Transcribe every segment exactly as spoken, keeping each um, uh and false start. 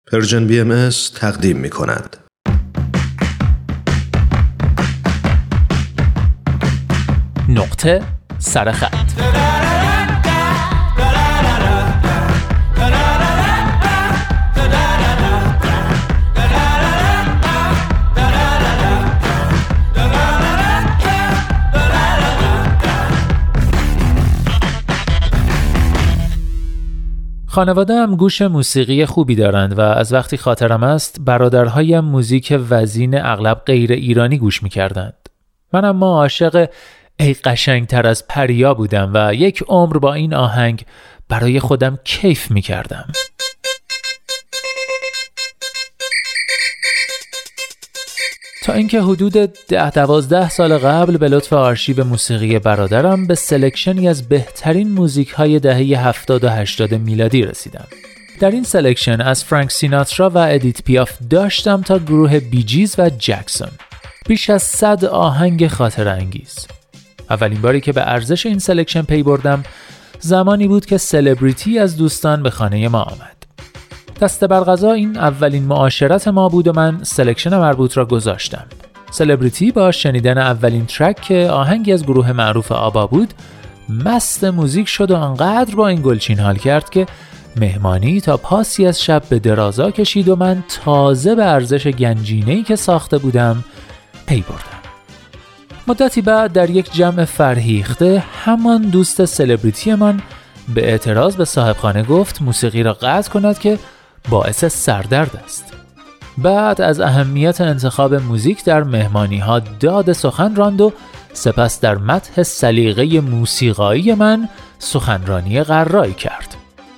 پرژن بی ام اس تقدیم می کند. نقطه سرخط. خانواده هم گوش موسیقی خوبی دارند و از وقتی خاطرم است برادرهایم موزیک وزین اغلب غیر ایرانی گوش می کردند. من اما عاشق ای قشنگتر از پریا بودم و یک عمر با این آهنگ برای خودم کیف می کردم. تا اینکه حدود ده دوازده سال قبل به لطف آرشیو موسیقی برادرم به سلکشنی از بهترین موزیک های دهه هفتاد و هشتاد میلادی رسیدم. در این سلکشن از فرانک سیناترا و ادیت پیاف داشتم تا گروه بی جیز و جکسون. بیش از صد آهنگ خاطره انگیز. اولین باری که به ارزش این سلکشن پی بردم زمانی بود که سلبریتی از دوستان به خانه ما آمد. دست بر قضا این اولین معاشرت ما بود و من سلکشن مربوط را گذاشتم. سلبریتی با شنیدن اولین ترک که آهنگی از گروه معروف آبا بود مست موزیک شد و انقدر با این گلچین حال کرد که مهمانی تا پاسی از شب به درازا کشید و من تازه به ارزش گنجینه‌ای که ساخته بودم پی بردم. مدتی بعد در یک جمع فرهیخته همان دوست سلبریتی من به اعتراض به صاحبخانه گفت موسیقی را قطع کند که باعث سردرد است. بعد از اهمیت انتخاب موزیک در مهمانی ها داد سخن راند و سپس در مدح سلیقه موسیقایی من سخنرانی غرایی کرد.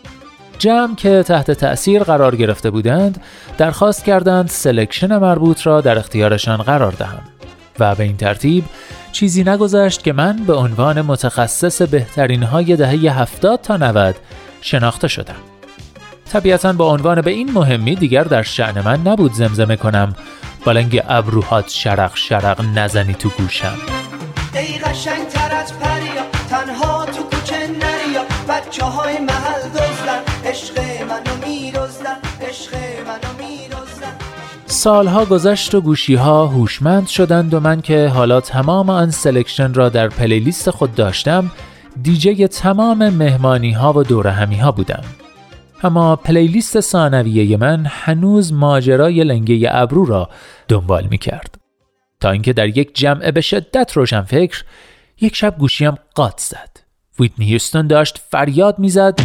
جمع که تحت تأثیر قرار گرفته بودند درخواست کردند سلکشن مربوط را در اختیارشان قرار دهم و به این ترتیب چیزی نگذشت که من به عنوان متخصص بهترین های دهه هفتاد تا نود شناخته شدم. طبیعتاً با عنوان به این مهمی دیگر در شأن من نبود زمزمه کنم بالنگ ابروهات شرق شرق نزنی تو گوشم. ای قشنگ تر از پریا تنها تو کوچه نریا بچه های محل دزدن عشق منو میرزدن عشق منو میرزدن. سالها گذشت و گوشی‌ها هوشمند شدند و من که حالا تمام آن سلکشن را در پلیلیست خود داشتم دیجی تمام مهمانی‌ها و دوره همی‌ها بودم. اما پلیلیست ثانویه من هنوز ماجرای لنگه ابرو را دنبال می‌کرد. تا اینکه در یک جمع به شدت روشنفکر یک شب گوشیم قات زد. ویتنی هیوستون داشت فریاد می‌زد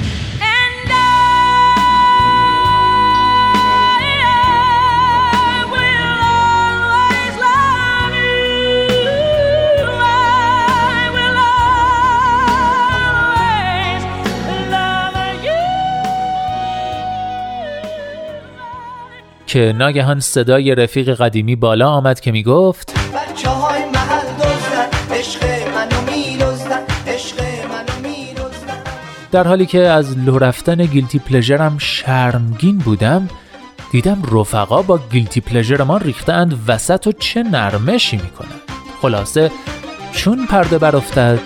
که ناگهان صدای رفیق قدیمی بالا آمد که می گفت بچه های محل دزدن عشق منو میرزدن عشق منو میرزدن. در حالی که از لو رفتن گیلتی پلژرم شرمگین بودم دیدم رفقا با گیلتی پلژر ما ریختند وسط و چه نرمشی می کنند. خلاصه چون پرده بر افتاد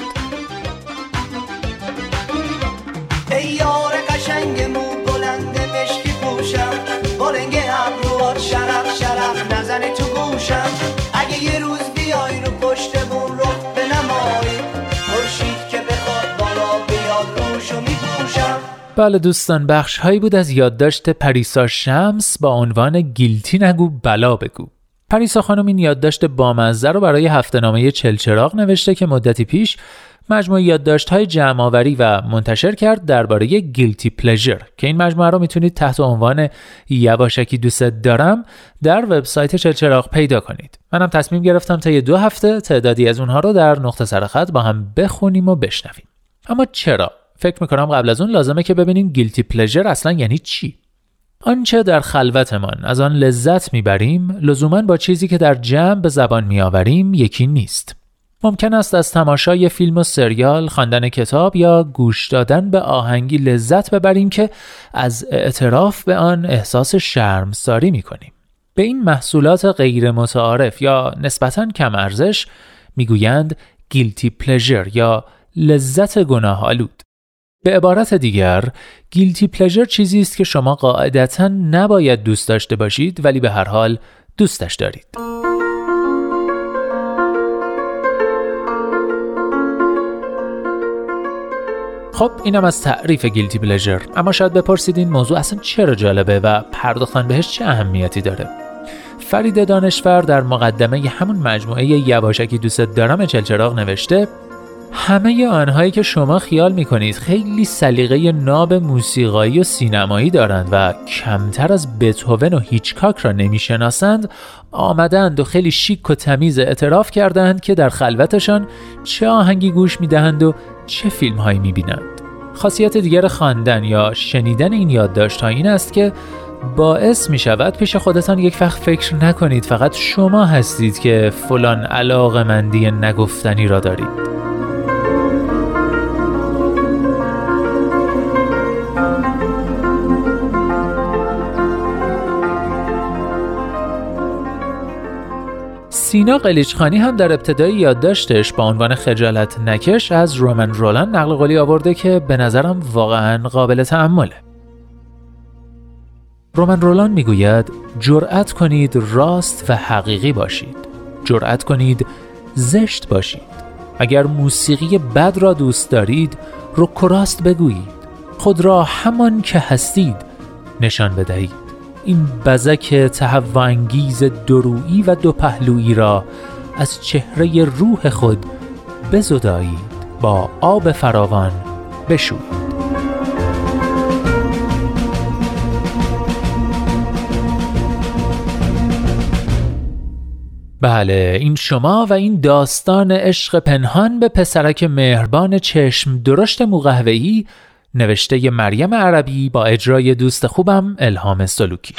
ای یار قشنگ مو بلند مشکی پوشم بالنگ ابروات شرق شرق نزنه تو گوشم اگه یه روز بیای رو پشتمون رو بنمایی خورشید که بخواد بالا بیاد روشو میپوشم. بله دوستان، بخش هایی بود از یادداشت پریسا شمس با عنوان گیلتی نگو بلا بگو. پریسا خانم این یادداشت بامزه رو برای هفته‌نامه چلچراغ نوشته که مدتی پیش مجموعه یادداشت‌های جمع‌آوری و منتشر کرد درباره گیلتی پلژر که این مجموعه رو میتونید تحت عنوان یواشکی دوست دارم در وبسایت چلچراغ پیدا کنید. منم تصمیم گرفتم طی دو هفته تعدادی از اونها رو در نقطه سرخط با هم بخونیم و بشنویم. اما چرا؟ فکر میکنم قبل از اون لازمه که ببینیم گیلتی پلژر اصلا یعنی چی؟ آنچه در خلوتمان از آن لذت میبریم لزوماً با چیزی که در جمع به زبان میآوریم یکی نیست. ممکن است از تماشای فیلم و سریال، خواندن کتاب یا گوش دادن به آهنگی لذت ببریم که از اعتراف به آن احساس شرمساری میکنیم. به این محصولات غیر متعارف یا نسبتاً کم ارزش میگویند گیلتی پلژر یا لذت گناه آلود. به عبارت دیگر، گیلتی پلژر چیزی است که شما قاعدتاً نباید دوست داشته باشید ولی به هر حال دوستش دارید. خب اینم از تعریف گیلتی پلژر. اما شاید بپرسید این موضوع اصلا چرا جالبه و پرداختن بهش چه اهمیتی داره؟ فرید دانشور در مقدمه همون مجموعه یواشکی دوست دارم چلچراغ نوشته: همه آنهایی که شما خیال میکنید خیلی سلیقه ناب موسیقایی و سینمایی دارند و کمتر از بتهوون و هیچکاک را نمیشناسند، آمدند و خیلی شیک و تمیز اعتراف کردند که در خلوتشان چه آهنگی گوش میدهند و چه فیلمهایی میبینند. خاصیت دیگر خواندن یا شنیدن این یادداشت‌ها این است که باعث می شود پیش خودتان یک وقت فکر نکنید فقط شما هستید که فلان علاقه‌مندی نگفتنی را دارید. سینا قلیچخانی هم در ابتدای یادداشتش با عنوان خجالت نکش از رومن رولان نقل قولی آورده که به نظرم واقعاً قابل تأمله. رومن رولان میگوید جرأت کنید راست و حقیقی باشید. جرأت کنید زشت باشید. اگر موسیقی بد را دوست دارید، رک و راست بگویید. خود را همان که هستید نشان بدهید. این بزک تهوع‌انگیز دورویی و دو پهلویی را از چهره روح خود بزدایید، با آب فراوان بشویید. بله، این شما و این داستان عشق پنهان به پسرک مهربان چشم درشت موقهوه‌ای، نوشته مریم عربی با اجرای دوست خوبم الهام سلوکی.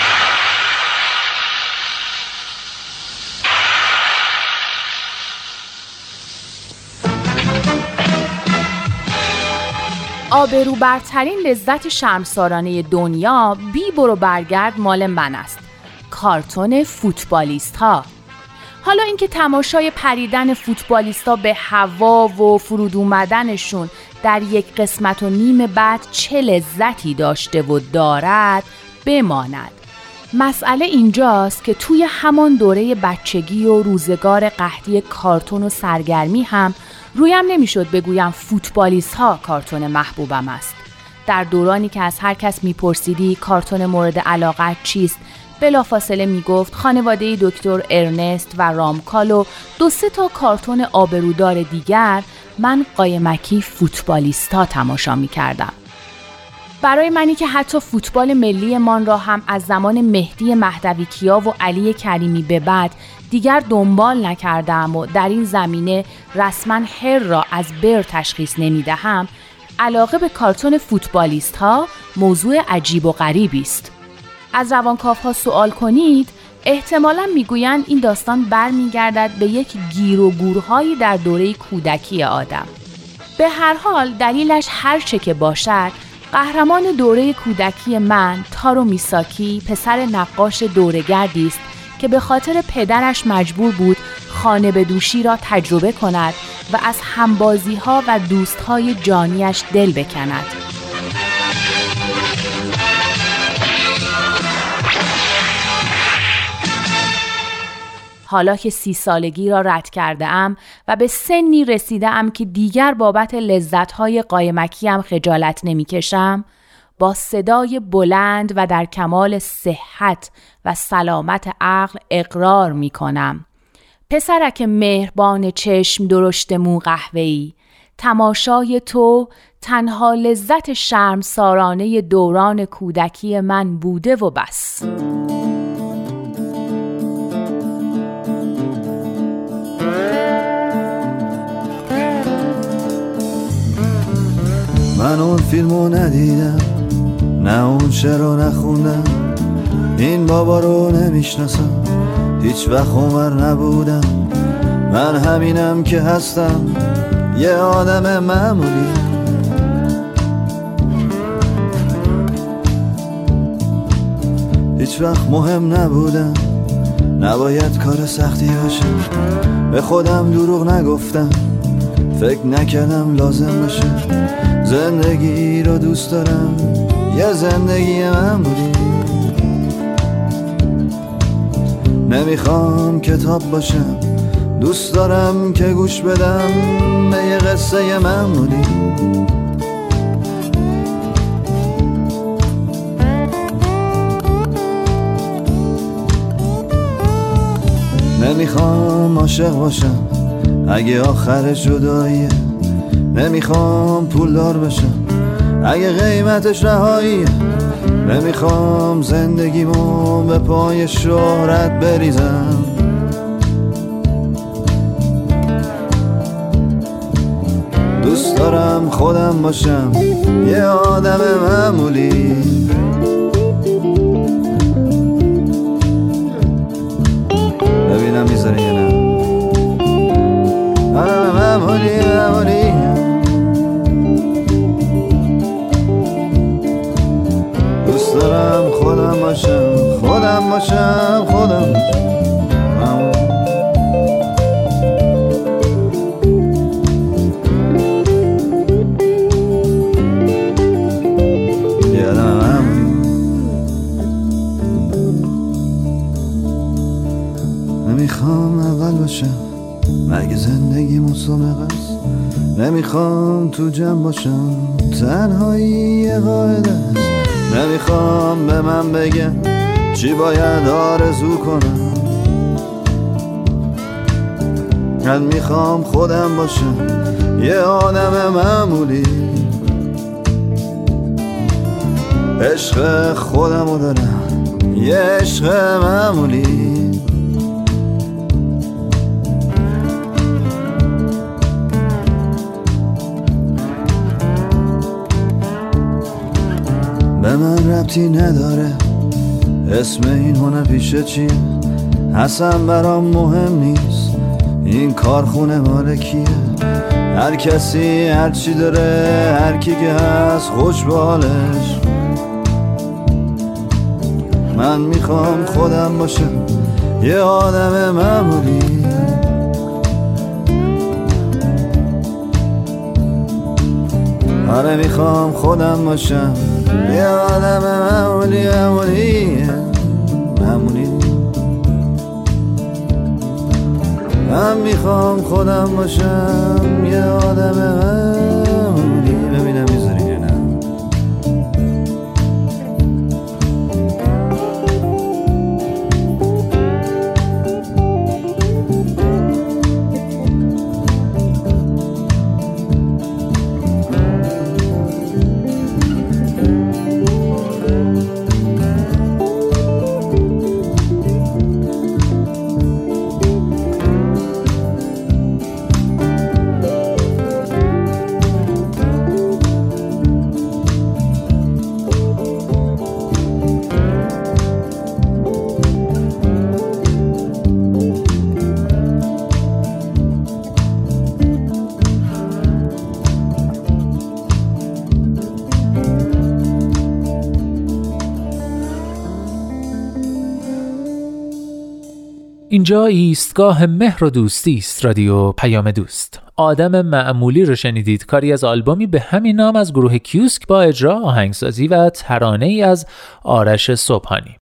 آبروبرترین لذت شرمسارانه دنیا بی برو برگرد مال من است. کارتون فوتبالیست ها. حالا اینکه تماشای پریدن فوتبالیست ها به هوا و فرود اومدنشون در یک قسمت و نیم بعد چه لذتی داشته و دارد بماند. مسئله اینجاست که توی همان دوره بچگی و روزگار قحطی کارتون و سرگرمی هم رویم نمیشد بگویم فوتبالیست ها کارتون محبوبم است. در دورانی که از هر کس میپرسیدی کارتون مورد علاقت چیست، بلافاصله میگفت خانواده دکتر ارنست و رامکال و دو سه تا کارتون آبرودار دیگر. من قایمکی فوتبالیستا تماشا میکردم. برای منی که حتی فوتبال ملی من را هم از زمان مهدی مهدوی کیا و علی کریمی به بعد دیگر دنبال نکردم و در این زمینه رسما هر را از بر تشخیص نمیدهم، علاقه به کارتون فوتبالیست ها موضوع عجیب و غریبی است. از روانکاو ها سوال کنید، احتمالاً میگویند این داستان برمیگردد به یک گیر و گورهایی در دوره کودکی آدم. به هر حال دلیلش هر چه که باشد، قهرمان دوره کودکی من تارو میساکی پسر نقاش دوره‌گردی است که به خاطر پدرش مجبور بود خانه به دوشی را تجربه کند و از همبازی‌ها و دوست‌های جانیش دل بکند. حالا که سی سالگی را رد کرده ام و به سنی رسیده ام که دیگر بابت لذت‌های قایمکیم خجالت نمی‌کشم، با صدای بلند و در کمال صحت و سلامت عقل اقرار می‌کنم: پسرک مهربان چشم درشت مو قهوه‌ای، تماشای تو تنها لذت شرمسارانه دوران کودکی من بوده و بس. من اون فیلمو ندیدم، نه اون شعرو نخوندم، این بابا رو نمیشناسم، هیچ وقت عمر نبودم. من همینم که هستم، یه آدم معمولی. هیچ وقت مهم نبودم، نباید کار سختی باشه. به خودم دروغ نگفتم، فکر نکردم لازم باشه. زندگی رو دوست دارم، یه زندگی من بودی. نمیخوام کتاب باشم، دوست دارم که گوش بدم به یه قصه من بودی. نمیخوام عاشق باشم اگه آخر جداییه. نمیخوام پولدار بشم اگه قیمتش رهاییه. نمیخوام زندگیمو به پای شهرت بریزم. دوست دارم خودم باشم، یه آدم معمولی. ببینم میذاره یا نه. آدم معمولی معمولی. دوست دارم خودم باشم، خودم باشم، خودم باشم. نمیخوام اول باشم مگه زندگی مسابقه است. نمیخوام تو جمع باشم، تنهایی یه قاعده است. نمیخوام به من بگن چی باید آرزو کنم. من میخوام خودم باشم، یه آدم معمولی. عشق خودمو دارم، یه عشق معمولی. به من ربطی نداره اسم این هنرپیشه چیه. اصلا برام مهم نیست این کارخونه مال کیه. هر کسی هر چی داره، هر کی که هست خوش به حالش. من میخوام خودم باشم، یه آدم معمولی. آره میخوام خودم باشم، یه آدم معمولی معمولی معمولی. من میخوام خودم باشم، یه آدم معمولی. ببینم میذاری یا نه. اینجا ایستگاه مهر و دوستی است. رادیو پیام دوست. آدم معمولی رو شنیدید، کاری از آلبومی به همین نام از گروه کیوسک با اجرا، آهنگسازی و ترانه‌ای از آرش صبحانی.